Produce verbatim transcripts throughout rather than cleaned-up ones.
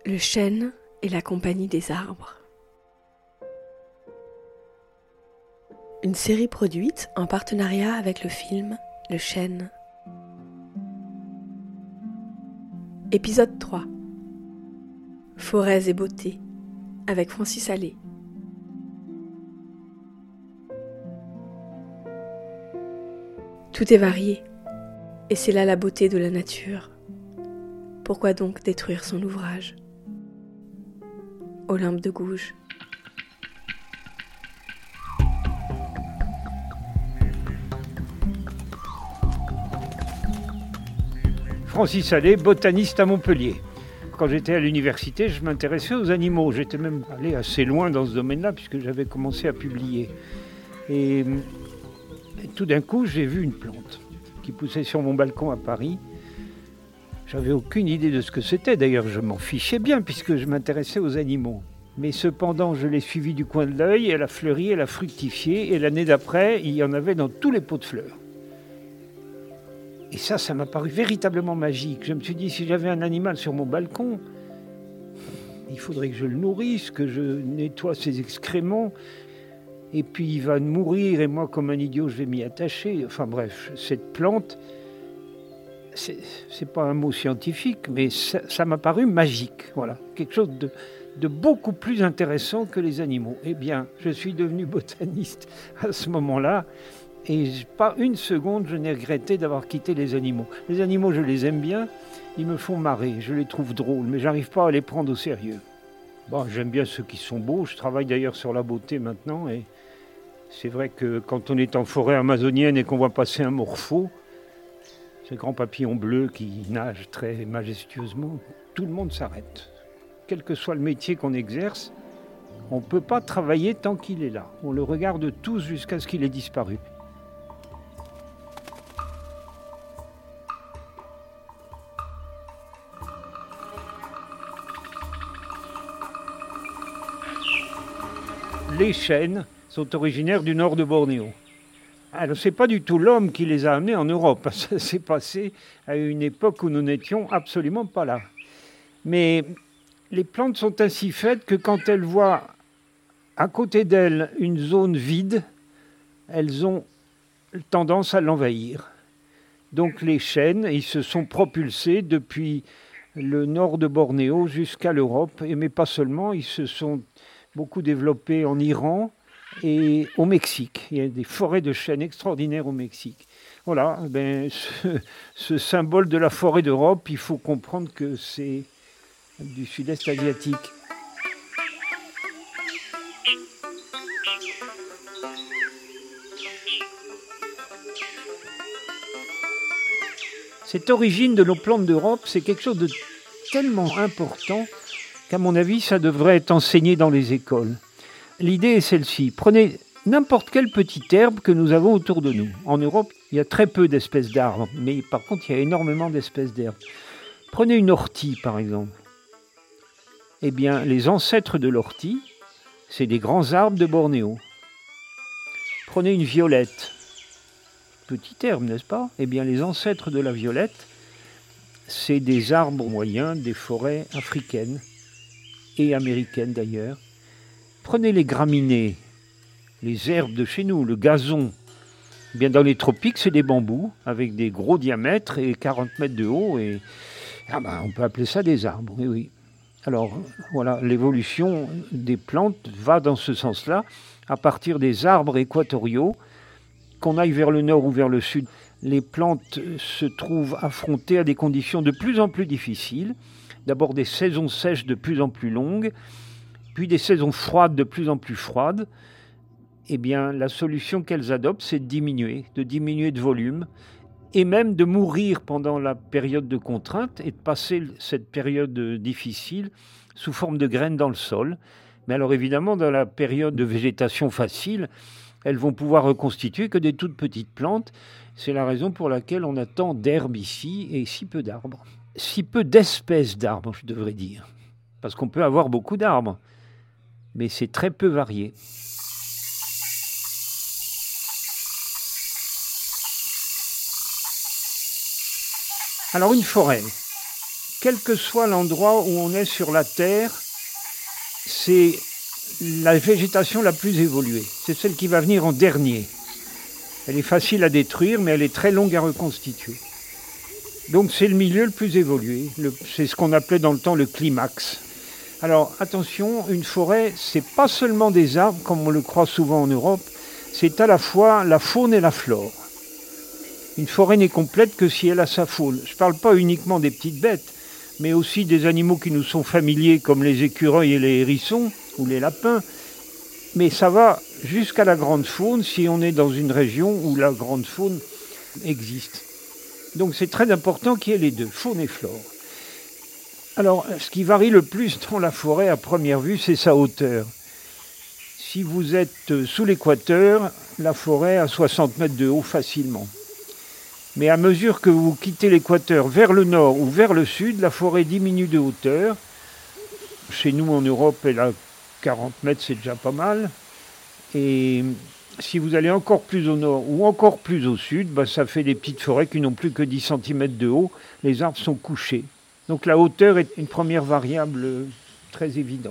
Le chêne et la compagnie des arbres. Une série produite en partenariat avec le film Le chêne. Épisode trois. Forêts et beautés, avec Francis Allais. Tout est varié, et c'est là la beauté de la nature. Pourquoi donc détruire son ouvrage ? Olympe de Gouges. Francis Allais, botaniste à Montpellier. Quand j'étais à l'université, je m'intéressais aux animaux. J'étais même allé assez loin dans ce domaine-là puisque j'avais commencé à publier. Et, et tout d'un coup, j'ai vu une plante qui poussait sur mon balcon à Paris. J'avais aucune idée de ce que c'était. D'ailleurs, je m'en fichais bien puisque je m'intéressais aux animaux. Mais cependant, je l'ai suivie du coin de l'œil, elle a fleuri, elle a fructifié. Et l'année d'après, il y en avait dans tous les pots de fleurs. Et ça, ça m'a paru véritablement magique. Je me suis dit, si j'avais un animal sur mon balcon, il faudrait que je le nourrisse, que je nettoie ses excréments. Et puis il va mourir et moi, comme un idiot, je vais m'y attacher. Enfin bref, cette plante, c'est, c'est pas un mot scientifique, mais ça, ça m'a paru magique. Voilà, quelque chose de, de beaucoup plus intéressant que les animaux. Eh bien, je suis devenu botaniste à ce moment-là. Et pas une seconde, je n'ai regretté d'avoir quitté les animaux. Les animaux, je les aime bien, ils me font marrer, je les trouve drôles, mais j'arrive pas à les prendre au sérieux. Bon, j'aime bien ceux qui sont beaux, je travaille d'ailleurs sur la beauté maintenant, et c'est vrai que quand on est en forêt amazonienne et qu'on voit passer un morpho, ces grands papillons bleus qui nagent très majestueusement, tout le monde s'arrête. Quel que soit le métier qu'on exerce, on ne peut pas travailler tant qu'il est là. On le regarde tous jusqu'à ce qu'il ait disparu. Les chênes sont originaires du nord de Bornéo. Alors, ce n'est pas du tout l'homme qui les a amenés en Europe. Ça s'est passé à une époque où nous n'étions absolument pas là. Mais les plantes sont ainsi faites que quand elles voient à côté d'elles une zone vide, elles ont tendance à l'envahir. Donc les chênes, ils se sont propulsés depuis le nord de Bornéo jusqu'à l'Europe, mais pas seulement, ils se sont beaucoup développés en Iran et au Mexique. Il y a des forêts de chênes extraordinaires au Mexique. Voilà, ben, ce, ce symbole de la forêt d'Europe, il faut comprendre que c'est du sud-est asiatique. Cette origine de nos plantes d'Europe, c'est quelque chose de tellement important qu'à mon avis, ça devrait être enseigné dans les écoles. L'idée est celle-ci. Prenez n'importe quelle petite herbe que nous avons autour de nous. En Europe, il y a très peu d'espèces d'arbres, mais par contre, il y a énormément d'espèces d'herbes. Prenez une ortie, par exemple. Eh bien, les ancêtres de l'ortie, c'est des grands arbres de Bornéo. Prenez une violette. Petite herbe, n'est-ce pas ? Eh bien, les ancêtres de la violette, c'est des arbres moyens des forêts africaines et américaines d'ailleurs. Prenez les graminées, les herbes de chez nous, le gazon. Eh bien, dans les tropiques, c'est des bambous avec des gros diamètres et quarante mètres de haut. Et ah ben, on peut appeler ça des arbres, oui, oui. Alors, voilà, l'évolution des plantes va dans ce sens-là, à partir des arbres équatoriaux. Qu'on aille vers le nord ou vers le sud, les plantes se trouvent affrontées à des conditions de plus en plus difficiles. D'abord des saisons sèches de plus en plus longues, puis des saisons froides de plus en plus froides. Eh bien, la solution qu'elles adoptent, c'est de diminuer, de diminuer de volume, et même de mourir pendant la période de contrainte et de passer cette période difficile sous forme de graines dans le sol. Mais alors évidemment, dans la période de végétation facile, elles vont pouvoir reconstituer que des toutes petites plantes. C'est la raison pour laquelle on a tant d'herbes ici et si peu d'arbres. Si peu d'espèces d'arbres, je devrais dire. Parce qu'on peut avoir beaucoup d'arbres, mais c'est très peu varié. Alors une forêt, quel que soit l'endroit où on est sur la Terre, c'est la végétation la plus évoluée. C'est celle qui va venir en dernier. Elle est facile à détruire, mais elle est très longue à reconstituer. Donc c'est le milieu le plus évolué. Le, c'est ce qu'on appelait dans le temps le climax. Alors attention, une forêt, c'est pas seulement des arbres, comme on le croit souvent en Europe, c'est à la fois la faune et la flore. Une forêt n'est complète que si elle a sa faune. Je ne parle pas uniquement des petites bêtes, mais aussi des animaux qui nous sont familiers, comme les écureuils et les hérissons, ou les lapins. Mais ça va jusqu'à la grande faune, si on est dans une région où la grande faune existe. Donc c'est très important qu'il y ait les deux, faune et flore. Alors, ce qui varie le plus dans la forêt à première vue, c'est sa hauteur. Si vous êtes sous l'équateur, la forêt a soixante mètres de haut facilement. Mais à mesure que vous quittez l'équateur vers le nord ou vers le sud, la forêt diminue de hauteur. Chez nous, en Europe, elle a quarante mètres, c'est déjà pas mal. Et si vous allez encore plus au nord ou encore plus au sud, bah, ça fait des petites forêts qui n'ont plus que dix centimètres de haut. Les arbres sont couchés. Donc la hauteur est une première variable très évidente.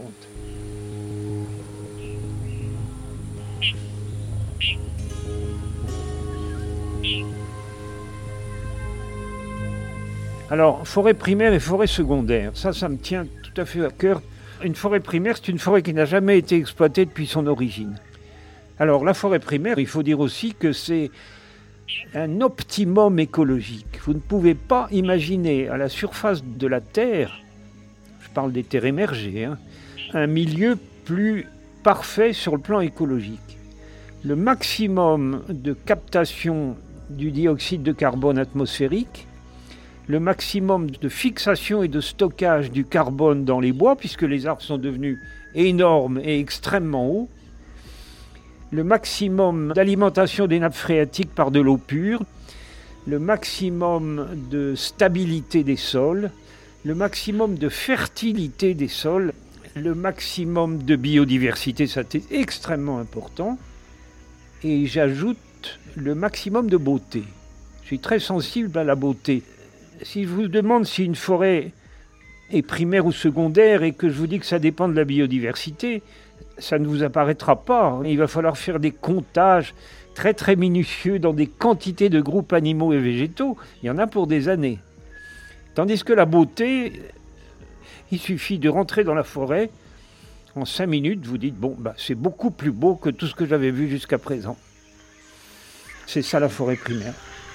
Alors, forêt primaire et forêt secondaire, ça, ça me tient tout à fait à cœur. Une forêt primaire, c'est une forêt qui n'a jamais été exploitée depuis son origine. Alors, la forêt primaire, il faut dire aussi que c'est un optimum écologique. Vous ne pouvez pas imaginer à la surface de la Terre, je parle des terres émergées, hein, un milieu plus parfait sur le plan écologique. Le maximum de captation du dioxyde de carbone atmosphérique, le maximum de fixation et de stockage du carbone dans les bois, puisque les arbres sont devenus énormes et extrêmement hauts, le maximum d'alimentation des nappes phréatiques par de l'eau pure, le maximum de stabilité des sols, le maximum de fertilité des sols, le maximum de biodiversité, ça c'est extrêmement important, et j'ajoute le maximum de beauté. Je suis très sensible à la beauté. Si je vous demande si une forêt est primaire ou secondaire et que je vous dis que ça dépend de la biodiversité, ça ne vous apparaîtra pas. Il va falloir faire des comptages très très minutieux dans des quantités de groupes animaux et végétaux. Il y en a pour des années. Tandis que la beauté, il suffit de rentrer dans la forêt, en cinq minutes, vous dites, bon, bah, c'est beaucoup plus beau que tout ce que j'avais vu jusqu'à présent. C'est ça la forêt primaire.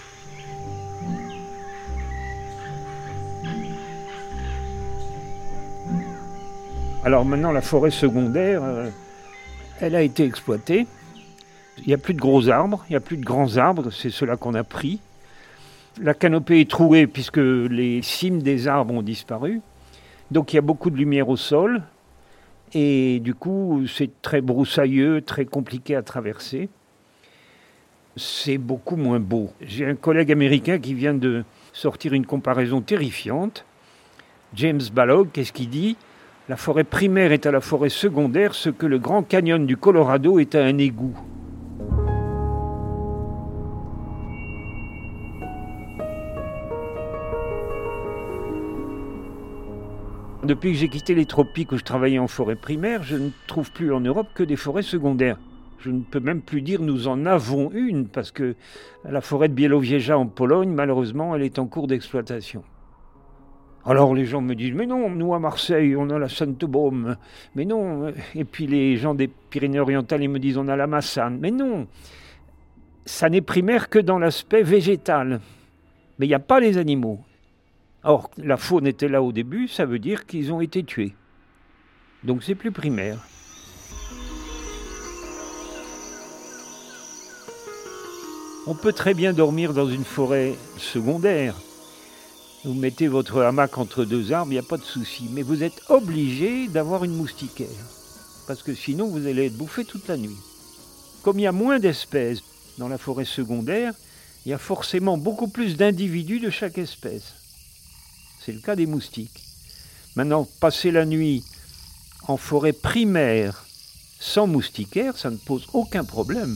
Alors maintenant, la forêt secondaire, euh, elle a été exploitée. Il n'y a plus de gros arbres, il n'y a plus de grands arbres, c'est ceux-là qu'on a pris. La canopée est trouée puisque les cimes des arbres ont disparu. Donc il y a beaucoup de lumière au sol. Et du coup, c'est très broussailleux, très compliqué à traverser. C'est beaucoup moins beau. J'ai un collègue américain qui vient de sortir une comparaison terrifiante. James Balog, qu'est-ce qu'il dit ? La forêt primaire est à la forêt secondaire ce que le Grand Canyon du Colorado est à un égout. Depuis que j'ai quitté les tropiques où je travaillais en forêt primaire, je ne trouve plus en Europe que des forêts secondaires. Je ne peux même plus dire nous en avons une, parce que la forêt de Białowieża en Pologne, malheureusement, elle est en cours d'exploitation. Alors les gens me disent, mais non, nous à Marseille, on a la Sainte-Baume, mais non. Et puis les gens des Pyrénées-Orientales, ils me disent, on a la Massane. Mais non, ça n'est primaire que dans l'aspect végétal. Mais il n'y a pas les animaux. Or, la faune était là au début, ça veut dire qu'ils ont été tués. Donc c'est plus primaire. On peut très bien dormir dans une forêt secondaire. Vous mettez votre hamac entre deux arbres, il n'y a pas de souci. Mais vous êtes obligé d'avoir une moustiquaire. Parce que sinon, vous allez être bouffé toute la nuit. Comme il y a moins d'espèces dans la forêt secondaire, il y a forcément beaucoup plus d'individus de chaque espèce. C'est le cas des moustiques. Maintenant, passer la nuit en forêt primaire sans moustiquaire, ça ne pose aucun problème.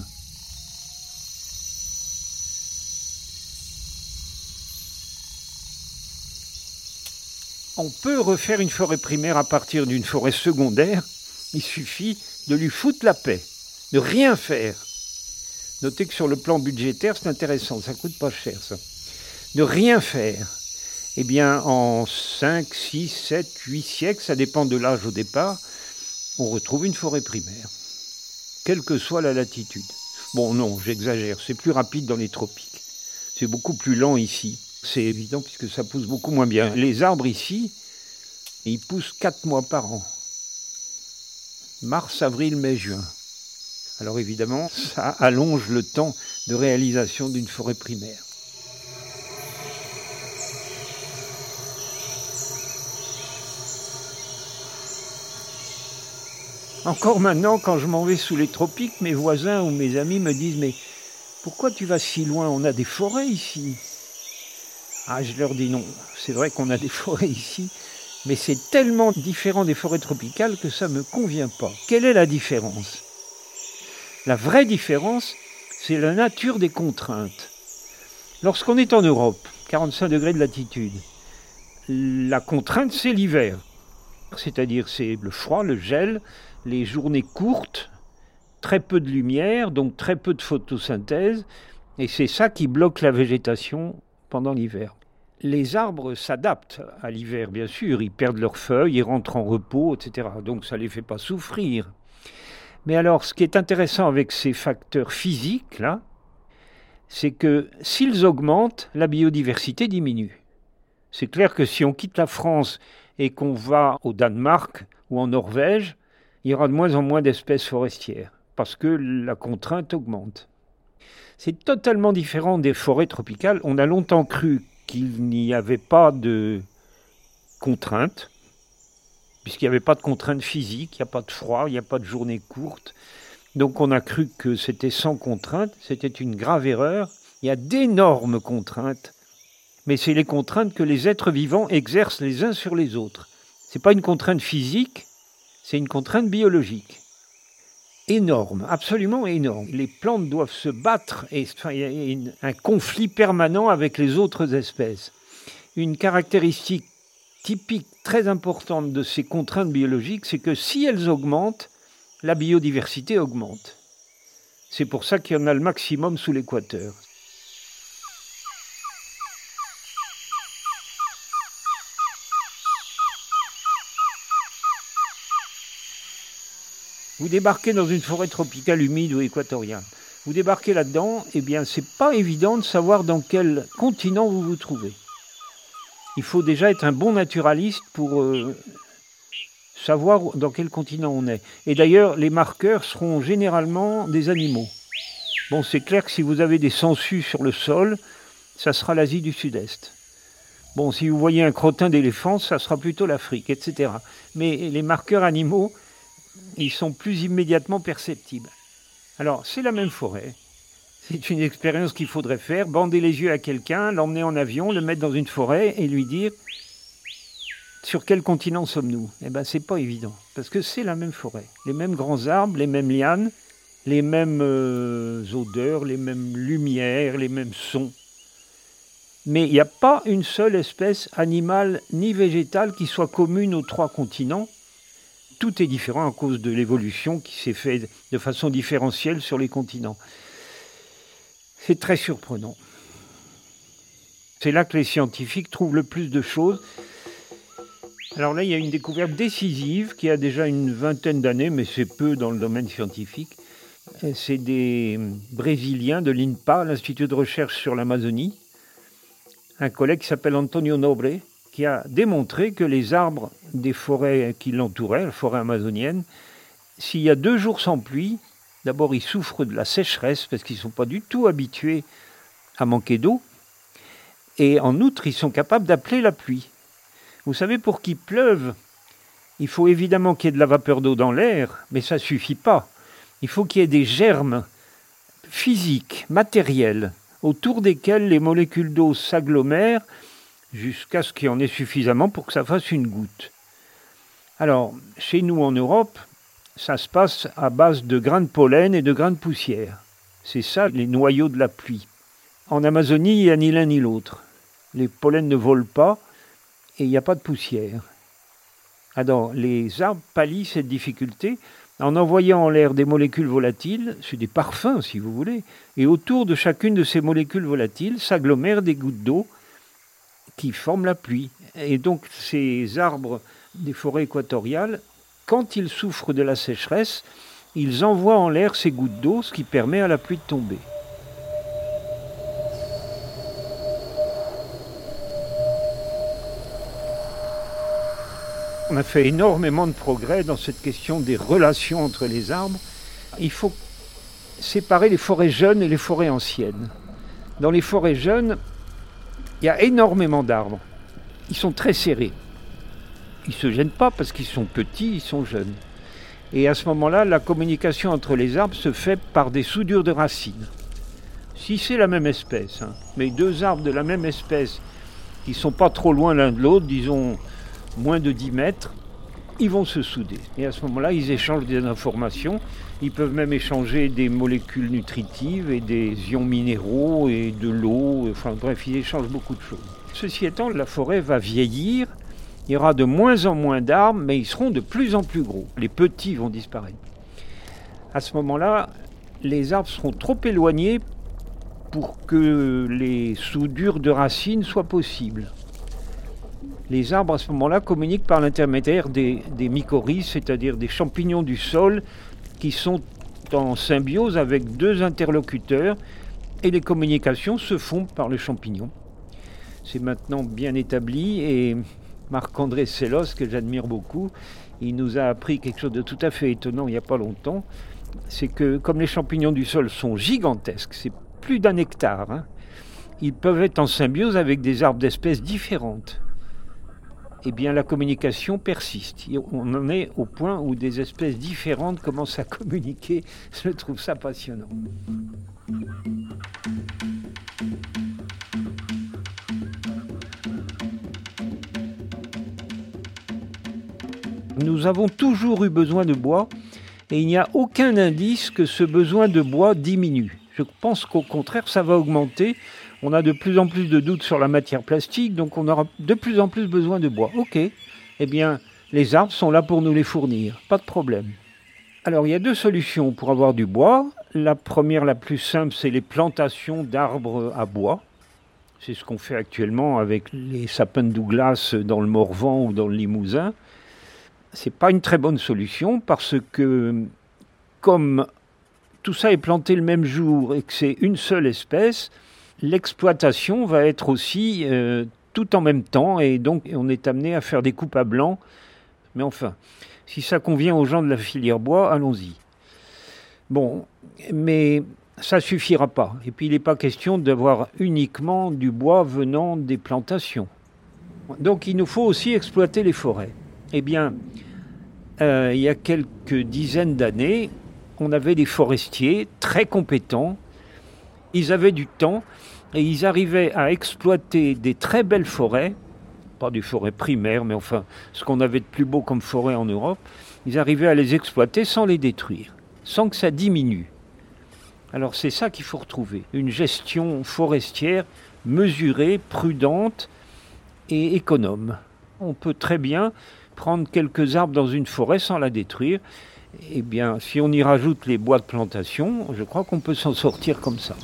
On peut refaire une forêt primaire à partir d'une forêt secondaire. Il suffit de lui foutre la paix, de rien faire. Notez que sur le plan budgétaire, c'est intéressant, ça ne coûte pas cher ça. De rien faire. Eh bien, en cinq, six, sept, huit siècles, ça dépend de l'âge au départ, on retrouve une forêt primaire, quelle que soit la latitude. Bon, non, j'exagère, c'est plus rapide dans les tropiques. C'est beaucoup plus lent ici. C'est évident puisque ça pousse beaucoup moins bien. Les arbres ici, ils poussent quatre mois par an. Mars, avril, mai, juin. Alors évidemment, ça allonge le temps de réalisation d'une forêt primaire. Encore maintenant, quand je m'en vais sous les tropiques, mes voisins ou mes amis me disent « Mais pourquoi tu vas si loin? On a des forêts ici !» Ah, je leur dis non, c'est vrai qu'on a des forêts ici, mais c'est tellement différent des forêts tropicales que ça ne me convient pas. Quelle est la différence? La vraie différence, c'est la nature des contraintes. Lorsqu'on est en Europe, quarante-cinq degrés de latitude, la contrainte, c'est l'hiver. C'est-à-dire c'est le froid, le gel, les journées courtes, très peu de lumière, donc très peu de photosynthèse, et c'est ça qui bloque la végétation pendant l'hiver. Les arbres s'adaptent à l'hiver, bien sûr, ils perdent leurs feuilles, ils rentrent en repos, et cetera. Donc ça ne les fait pas souffrir. Mais alors, ce qui est intéressant avec ces facteurs physiques, là, c'est que s'ils augmentent, la biodiversité diminue. C'est clair que si on quitte la France et qu'on va au Danemark ou en Norvège, il y aura de moins en moins d'espèces forestières, parce que la contrainte augmente. C'est totalement différent des forêts tropicales. On a longtemps cru qu'il n'y avait pas de contraintes, puisqu'il n'y avait pas de contraintes physiques, il n'y a pas de froid, il n'y a pas de journées courtes. Donc on a cru que c'était sans contraintes, c'était une grave erreur. Il y a d'énormes contraintes, mais c'est les contraintes que les êtres vivants exercent les uns sur les autres. Ce n'est pas une contrainte physique, c'est une contrainte biologique. Énorme, absolument énorme. Les plantes doivent se battre et enfin, il y a une, un conflit permanent avec les autres espèces. Une caractéristique typique très importante de ces contraintes biologiques, c'est que si elles augmentent, la biodiversité augmente. C'est pour ça qu'il y en a le maximum sous l'équateur. Vous débarquez dans une forêt tropicale humide ou équatoriale. Vous débarquez là-dedans, eh bien, c'est pas évident de savoir dans quel continent vous vous trouvez. Il faut déjà être un bon naturaliste pour euh, savoir dans quel continent on est. Et d'ailleurs, les marqueurs seront généralement des animaux. Bon, c'est clair que si vous avez des sangsues sur le sol, ça sera l'Asie du Sud-Est. Bon, si vous voyez un crottin d'éléphant, ça sera plutôt l'Afrique, et cetera. Mais les marqueurs animaux, ils sont plus immédiatement perceptibles. Alors, c'est la même forêt. C'est une expérience qu'il faudrait faire, bander les yeux à quelqu'un, l'emmener en avion, le mettre dans une forêt et lui dire « Sur quel continent sommes-nous » Eh bien, c'est pas évident, parce que c'est la même forêt. Les mêmes grands arbres, les mêmes lianes, les mêmes euh, odeurs, les mêmes lumières, les mêmes sons. Mais il n'y a pas une seule espèce animale ni végétale qui soit commune aux trois continents. Tout est différent à cause de l'évolution qui s'est faite de façon différentielle sur les continents. C'est très surprenant. C'est là que les scientifiques trouvent le plus de choses. Alors là, il y a une découverte décisive qui a déjà une vingtaine d'années, mais c'est peu dans le domaine scientifique. C'est des Brésiliens de l'I N P A, l'Institut de recherche sur l'Amazonie. Un collègue qui s'appelle Antonio Nobre, qui a démontré que les arbres des forêts qui l'entouraient, la forêt amazonienne, s'il y a deux jours sans pluie, d'abord ils souffrent de la sécheresse parce qu'ils ne sont pas du tout habitués à manquer d'eau, et en outre ils sont capables d'appeler la pluie. Vous savez, pour qu'il pleuve, il faut évidemment qu'il y ait de la vapeur d'eau dans l'air, mais ça ne suffit pas. Il faut qu'il y ait des germes physiques, matériels, autour desquels les molécules d'eau s'agglomèrent jusqu'à ce qu'il y en ait suffisamment pour que ça fasse une goutte. Alors, chez nous en Europe, ça se passe à base de grains de pollen et de grains de poussière. C'est ça, les noyaux de la pluie. En Amazonie, il n'y a ni l'un ni l'autre. Les pollens ne volent pas et il n'y a pas de poussière. Alors, les arbres pallient cette difficulté en envoyant en l'air des molécules volatiles, c'est des parfums si vous voulez, et autour de chacune de ces molécules volatiles s'agglomèrent des gouttes d'eau qui forment la pluie. Et donc ces arbres des forêts équatoriales, quand ils souffrent de la sécheresse, ils envoient en l'air ces gouttes d'eau, ce qui permet à la pluie de tomber. On a fait énormément de progrès dans cette question des relations entre les arbres. Il faut séparer les forêts jeunes et les forêts anciennes. Dans les forêts jeunes, il y a énormément d'arbres. Ils sont très serrés. Ils ne se gênent pas parce qu'ils sont petits, ils sont jeunes. Et à ce moment-là, la communication entre les arbres se fait par des soudures de racines. Si c'est la même espèce, hein, mais deux arbres de la même espèce qui ne sont pas trop loin l'un de l'autre, disons moins de dix mètres, ils vont se souder. Et à ce moment-là, ils échangent des informations. Ils peuvent même échanger des molécules nutritives et des ions minéraux et de l'eau. Enfin bref, ils échangent beaucoup de choses. Ceci étant, la forêt va vieillir. Il y aura de moins en moins d'arbres, mais ils seront de plus en plus gros. Les petits vont disparaître. À ce moment-là, les arbres seront trop éloignés pour que les soudures de racines soient possibles. Les arbres, à ce moment-là, communiquent par l'intermédiaire des, des mycorhizes, c'est-à-dire des champignons du sol qui sont en symbiose avec deux interlocuteurs, et les communications se font par les champignons. C'est maintenant bien établi, et Marc-André Sellos, que j'admire beaucoup, il nous a appris quelque chose de tout à fait étonnant il n'y a pas longtemps, c'est que comme les champignons du sol sont gigantesques, c'est plus d'un hectare, hein, ils peuvent être en symbiose avec des arbres d'espèces différentes. Eh bien, la communication persiste. On en est au point où des espèces différentes commencent à communiquer. Je trouve ça passionnant. Nous avons toujours eu besoin de bois et il n'y a aucun indice que ce besoin de bois diminue. Je pense qu'au contraire, ça va augmenter. On a de plus en plus de doutes sur la matière plastique, donc on aura de plus en plus besoin de bois. Ok, eh bien, les arbres sont là pour nous les fournir, pas de problème. Alors, il y a deux solutions pour avoir du bois. La première, la plus simple, c'est les plantations d'arbres à bois. C'est ce qu'on fait actuellement avec les sapins de Douglas dans le Morvan ou dans le Limousin. Ce n'est pas une très bonne solution parce que, comme tout ça est planté le même jour et que c'est une seule espèce, l'exploitation va être aussi euh, tout en même temps et donc on est amené à faire des coupes à blanc. Mais enfin, si ça convient aux gens de la filière bois, allons-y. Bon, mais ça ne suffira pas. Et puis il n'est pas question d'avoir uniquement du bois venant des plantations. Donc il nous faut aussi exploiter les forêts. Eh bien, euh, il y a quelques dizaines d'années, on avait des forestiers très compétents. Ils avaient du temps et ils arrivaient à exploiter des très belles forêts, pas des forêts primaires, mais enfin ce qu'on avait de plus beau comme forêt en Europe. Ils arrivaient à les exploiter sans les détruire, sans que ça diminue. Alors c'est ça qu'il faut retrouver, une gestion forestière mesurée, prudente et économe. On peut très bien prendre quelques arbres dans une forêt sans la détruire. Eh bien, si on y rajoute les bois de plantation, je crois qu'on peut s'en sortir comme ça.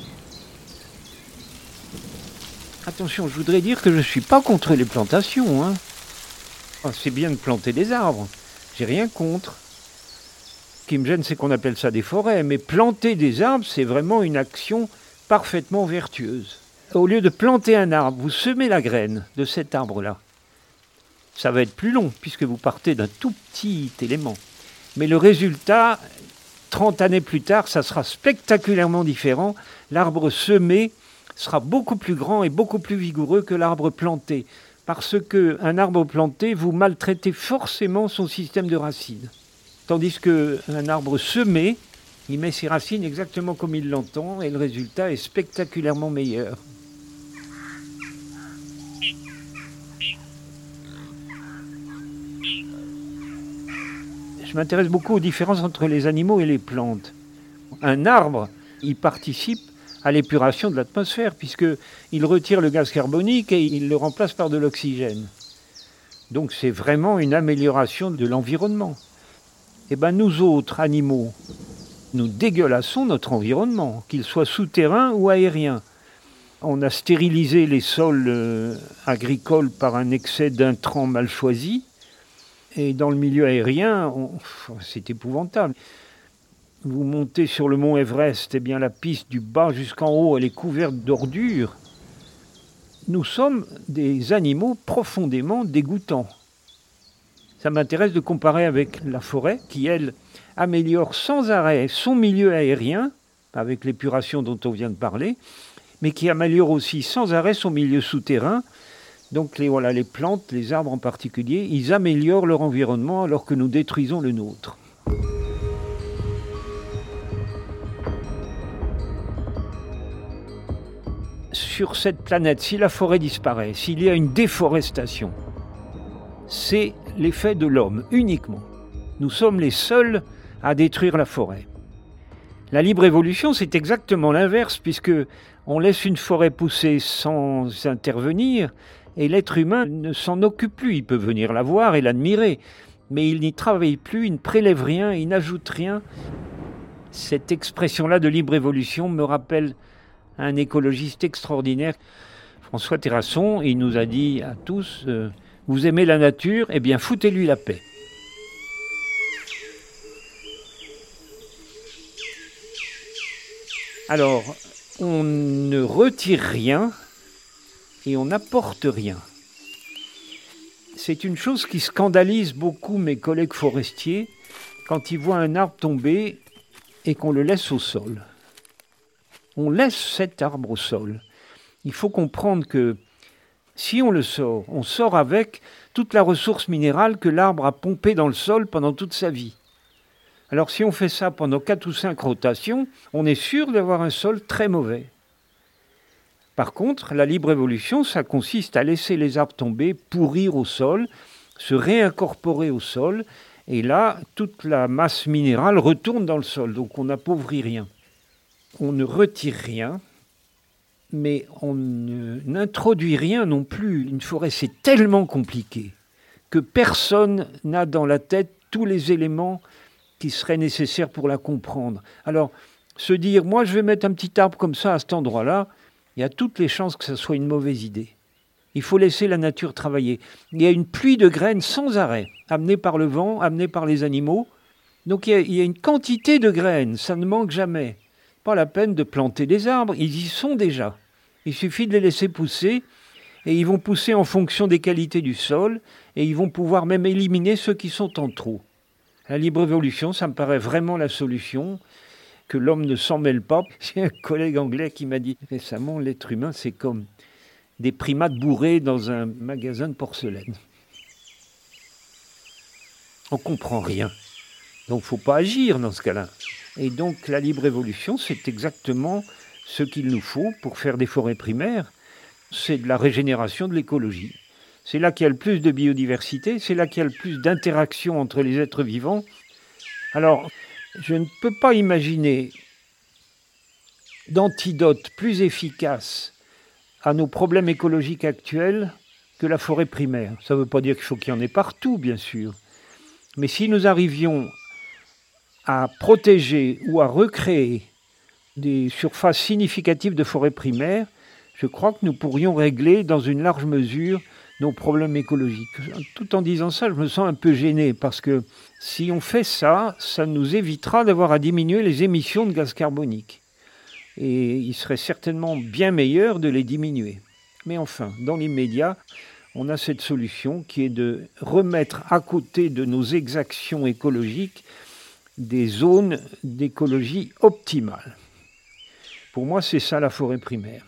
Attention, je voudrais dire que je ne suis pas contre les plantations. Hein. Enfin, c'est bien de planter des arbres, j'ai rien contre. Ce qui me gêne, c'est qu'on appelle ça des forêts, mais planter des arbres, c'est vraiment une action parfaitement vertueuse. Au lieu de planter un arbre, vous semez la graine de cet arbre-là. Ça va être plus long, puisque vous partez d'un tout petit élément. Mais le résultat, trente années plus tard, ça sera spectaculairement différent. L'arbre semé sera beaucoup plus grand et beaucoup plus vigoureux que l'arbre planté. Parce qu'un arbre planté, vous maltraitez forcément son système de racines. Tandis qu'un arbre semé, il met ses racines exactement comme il l'entend et le résultat est spectaculairement meilleur. Je m'intéresse beaucoup aux différences entre les animaux et les plantes. Un arbre, il participe à l'épuration de l'atmosphère puisqu'il retire le gaz carbonique et il le remplace par de l'oxygène. Donc c'est vraiment une amélioration de l'environnement. Eh bien nous autres animaux, nous dégueulassons notre environnement, qu'il soit souterrain ou aérien. On a stérilisé les sols euh, agricoles par un excès d'intrants mal choisis. Et dans le milieu aérien, on... c'est épouvantable. Vous montez sur le mont Everest, eh bien la piste du bas jusqu'en haut, elle est couverte d'ordures. Nous sommes des animaux profondément dégoûtants. Ça m'intéresse de comparer avec la forêt qui, elle, améliore sans arrêt son milieu aérien, avec l'épuration dont on vient de parler, mais qui améliore aussi sans arrêt son milieu souterrain. Donc les, voilà, les plantes, les arbres en particulier, ils améliorent leur environnement alors que nous détruisons le nôtre. Sur cette planète, si la forêt disparaît, s'il y a une déforestation, c'est l'effet de l'homme uniquement. Nous sommes les seuls à détruire la forêt. La libre évolution, c'est exactement l'inverse, puisque on laisse une forêt pousser sans intervenir, et l'être humain ne s'en occupe plus. Il peut venir la voir et l'admirer, mais il n'y travaille plus, il ne prélève rien, il n'ajoute rien. Cette expression-là de libre évolution me rappelle un écologiste extraordinaire, François Terrasson. Il nous a dit à tous, euh, vous aimez la nature, eh bien foutez-lui la paix. Alors, on ne retire rien et on n'apporte rien. C'est une chose qui scandalise beaucoup mes collègues forestiers quand ils voient un arbre tomber et qu'on le laisse au sol. On laisse cet arbre au sol. Il faut comprendre que si on le sort, on sort avec toute la ressource minérale que l'arbre a pompée dans le sol pendant toute sa vie. Alors si on fait ça pendant quatre ou cinq rotations, on est sûr d'avoir un sol très mauvais. Par contre, la libre évolution, ça consiste à laisser les arbres tomber, pourrir au sol, se réincorporer au sol, et là, toute la masse minérale retourne dans le sol, donc on n'appauvrit rien. On ne retire rien, mais on ne, n'introduit rien non plus. Une forêt, c'est tellement compliqué que personne n'a dans la tête tous les éléments qui seraient nécessaires pour la comprendre. Alors, se dire, moi je vais mettre un petit arbre comme ça à cet endroit-là, il y a toutes les chances que ce soit une mauvaise idée. Il faut laisser la nature travailler. Il y a une pluie de graines sans arrêt, amenée par le vent, amenée par les animaux. Donc il y a, il y a une quantité de graines, ça ne manque jamais. Pas la peine de planter des arbres, ils y sont déjà. Il suffit de les laisser pousser, et ils vont pousser en fonction des qualités du sol, et ils vont pouvoir même éliminer ceux qui sont en trop. La libre évolution, ça me paraît vraiment la solution, que l'homme ne s'en mêle pas. J'ai un collègue anglais qui m'a dit récemment, l'être humain, c'est comme des primates bourrés dans un magasin de porcelaine. On ne comprend rien. Donc il ne faut pas agir dans ce cas-là. Et donc la libre évolution, c'est exactement ce qu'il nous faut pour faire des forêts primaires. C'est de la régénération de l'écologie. C'est là qu'il y a le plus de biodiversité, c'est là qu'il y a le plus d'interaction entre les êtres vivants. Alors, je ne peux pas imaginer d'antidote plus efficace à nos problèmes écologiques actuels que la forêt primaire. Ça ne veut pas dire qu'il faut qu'il y en ait partout, bien sûr. Mais si nous arrivions à protéger ou à recréer des surfaces significatives de forêt primaire, je crois que nous pourrions régler dans une large mesure nos problèmes écologiques. Tout en disant ça, je me sens un peu gêné parce que si on fait ça, ça nous évitera d'avoir à diminuer les émissions de gaz carbonique. Et il serait certainement bien meilleur de les diminuer. Mais enfin, dans l'immédiat, on a cette solution qui est de remettre à côté de nos exactions écologiques des zones d'écologie optimale. Pour moi, c'est ça la forêt primaire.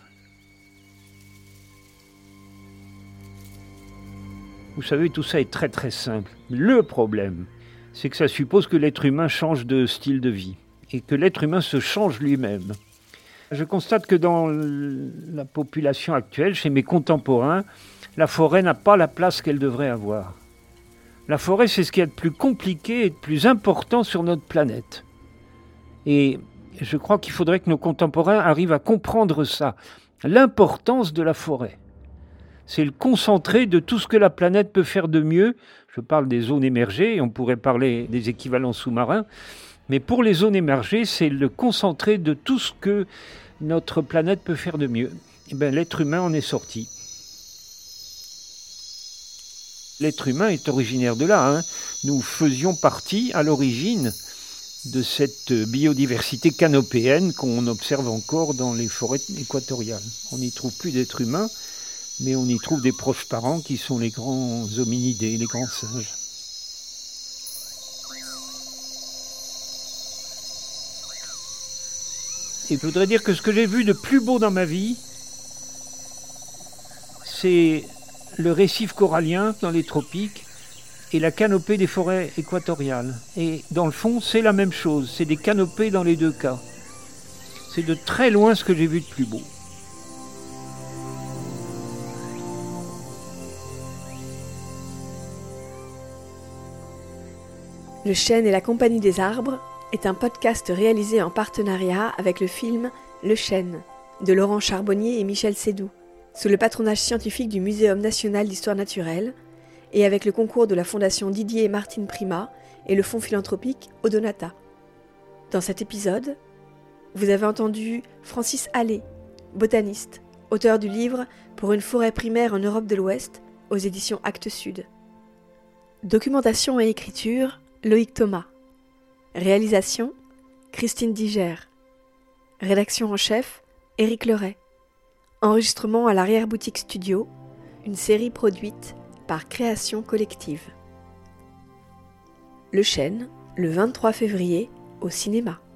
Vous savez, tout ça est très très simple. Le problème, c'est que ça suppose que l'être humain change de style de vie et que l'être humain se change lui-même. Je constate que dans la population actuelle, chez mes contemporains, la forêt n'a pas la place qu'elle devrait avoir. La forêt, c'est ce qu'il y a de plus compliqué et de plus important sur notre planète. Et je crois qu'il faudrait que nos contemporains arrivent à comprendre ça, l'importance de la forêt. C'est le concentré de tout ce que la planète peut faire de mieux. Je parle des zones émergées, on pourrait parler des équivalents sous-marins, mais pour les zones émergées, c'est le concentré de tout ce que notre planète peut faire de mieux. Et bien, l'être humain en est sorti. L'être humain est originaire de là. Hein. Nous faisions partie, à l'origine, de cette biodiversité canopéenne qu'on observe encore dans les forêts équatoriales. On n'y trouve plus d'êtres humains, mais on y trouve des proches parents qui sont les grands hominidés, les grands singes. Et je voudrais dire que ce que j'ai vu de plus beau dans ma vie, c'est le récif corallien dans les tropiques et la canopée des forêts équatoriales. Et dans le fond, c'est la même chose, c'est des canopées dans les deux cas. C'est de très loin ce que j'ai vu de plus beau. Le Chêne et la Compagnie des Arbres est un podcast réalisé en partenariat avec le film Le Chêne de Laurent Charbonnier et Michel Sédou, sous le patronage scientifique du Muséum national d'histoire naturelle et avec le concours de la Fondation Didier et Martine Prima et le fonds philanthropique Odonata. Dans cet épisode, vous avez entendu Francis Allais, botaniste, auteur du livre « Pour une forêt primaire en Europe de l'Ouest » aux éditions Actes Sud. Documentation et écriture, Loïc Thomas. Réalisation, Christine Diger. Rédaction en chef, Éric Leray. Enregistrement à l'arrière-boutique studio, une série produite par Création Collective. Le Chêne, le vingt-trois février, au cinéma.